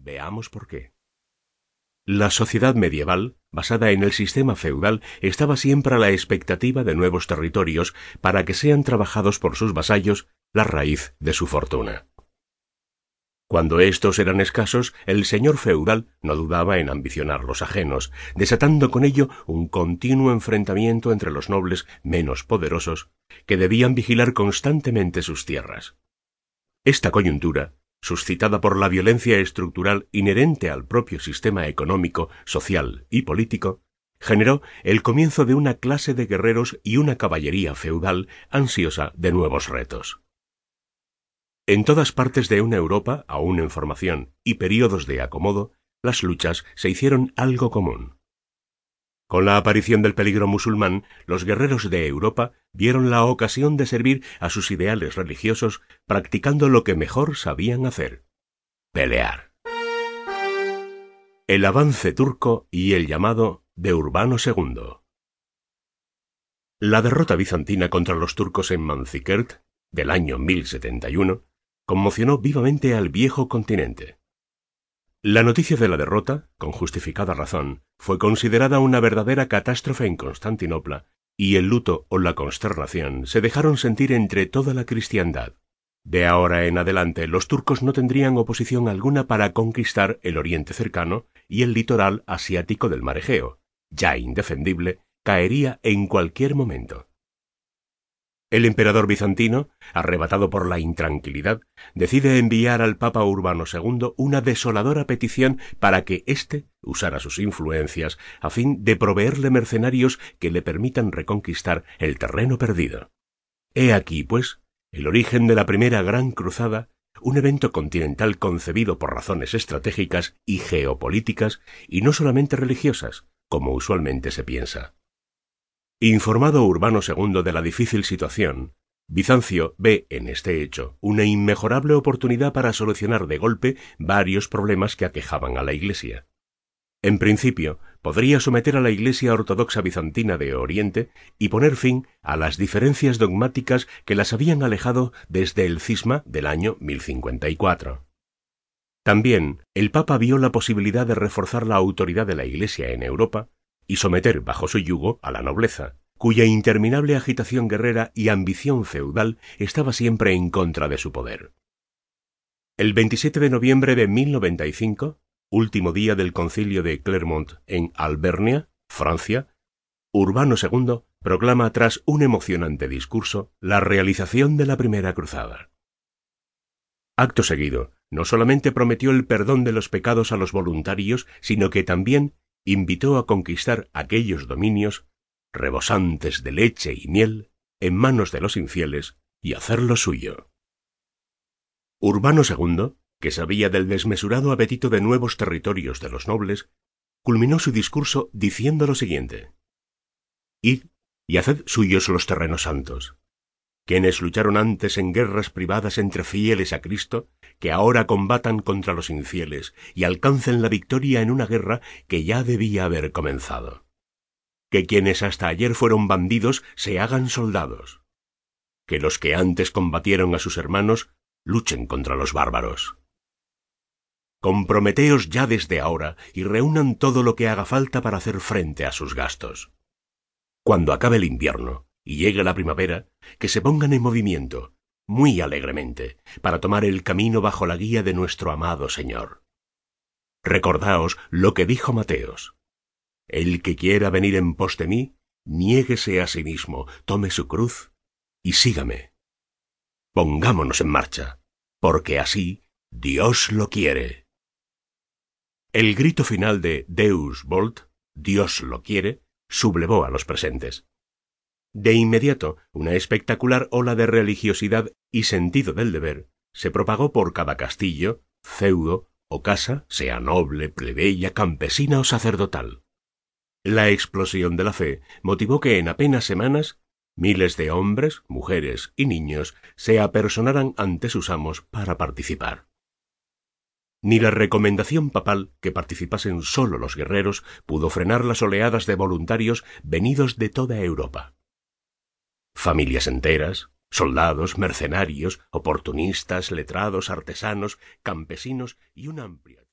Veamos por qué. La sociedad medieval, basada en el sistema feudal, estaba siempre a la expectativa de nuevos territorios para que sean trabajados por sus vasallos, la raíz de su fortuna. Cuando estos eran escasos, el señor feudal no dudaba en ambicionar los ajenos, desatando con ello un continuo enfrentamiento entre los nobles menos poderosos, que debían vigilar constantemente sus tierras. Esta coyuntura, suscitada por la violencia estructural inherente al propio sistema económico, social y político, generó el comienzo de una clase de guerreros y una caballería feudal ansiosa de nuevos retos. En todas partes de una Europa, aún en formación y períodos de acomodo, las luchas se hicieron algo común. Con la aparición del peligro musulmán, los guerreros de Europa vieron la ocasión de servir a sus ideales religiosos practicando lo que mejor sabían hacer: pelear. El avance turco y el llamado de Urbano II. La derrota bizantina contra los turcos en Manzikert, del año 1071, conmocionó vivamente al viejo continente. La noticia de la derrota, con justificada razón, fue considerada una verdadera catástrofe en Constantinopla, y el luto o la consternación se dejaron sentir entre toda la cristiandad. De ahora en adelante, los turcos no tendrían oposición alguna para conquistar el Oriente cercano y el litoral asiático del mar Egeo, ya indefendible, caería en cualquier momento. El emperador bizantino, arrebatado por la intranquilidad, decide enviar al Papa Urbano II una desoladora petición para que éste usara sus influencias a fin de proveerle mercenarios que le permitan reconquistar el terreno perdido. He aquí, pues, el origen de la primera Gran Cruzada, un evento continental concebido por razones estratégicas y geopolíticas y no solamente religiosas, como usualmente se piensa. Informado Urbano II de la difícil situación, Bizancio ve en este hecho una inmejorable oportunidad para solucionar de golpe varios problemas que aquejaban a la Iglesia. En principio, podría someter a la Iglesia ortodoxa bizantina de Oriente y poner fin a las diferencias dogmáticas que las habían alejado desde el cisma del año 1054. También, el Papa vio la posibilidad de reforzar la autoridad de la Iglesia en Europa y someter bajo su yugo a la nobleza, cuya interminable agitación guerrera y ambición feudal estaba siempre en contra de su poder. El 27 de noviembre de 1095, último día del concilio de Clermont en Albernia, Francia, Urbano II proclama tras un emocionante discurso la realización de la primera cruzada. Acto seguido, no solamente prometió el perdón de los pecados a los voluntarios, sino que también invitó a conquistar aquellos dominios, rebosantes de leche y miel, en manos de los infieles, y hacerlo suyo. Urbano II, que sabía del desmesurado apetito de nuevos territorios de los nobles, culminó su discurso diciendo lo siguiente: «Id y haced suyos los terrenos santos. Quienes lucharon antes en guerras privadas entre fieles a Cristo, que ahora combatan contra los infieles y alcancen la victoria en una guerra que ya debía haber comenzado. Que quienes hasta ayer fueron bandidos se hagan soldados. Que los que antes combatieron a sus hermanos luchen contra los bárbaros. Comprometeos ya desde ahora y reúnan todo lo que haga falta para hacer frente a sus gastos. Cuando acabe el invierno y llegue la primavera, que se pongan en movimiento, muy alegremente, para tomar el camino bajo la guía de nuestro amado Señor. Recordaos lo que dijo Mateos: el que quiera venir en pos de mí, niéguese a sí mismo, tome su cruz y sígame. Pongámonos en marcha, porque así Dios lo quiere». El grito final de Deus vult, Dios lo quiere, sublevó a los presentes. De inmediato, una espectacular ola de religiosidad y sentido del deber se propagó por cada castillo, feudo o casa, sea noble, plebeya, campesina o sacerdotal. La explosión de la fe motivó que en apenas semanas miles de hombres, mujeres y niños se apersonaran ante sus amos para participar. Ni la recomendación papal que participasen solo los guerreros pudo frenar las oleadas de voluntarios venidos de toda Europa. Familias enteras, soldados, mercenarios, oportunistas, letrados, artesanos, campesinos y una amplia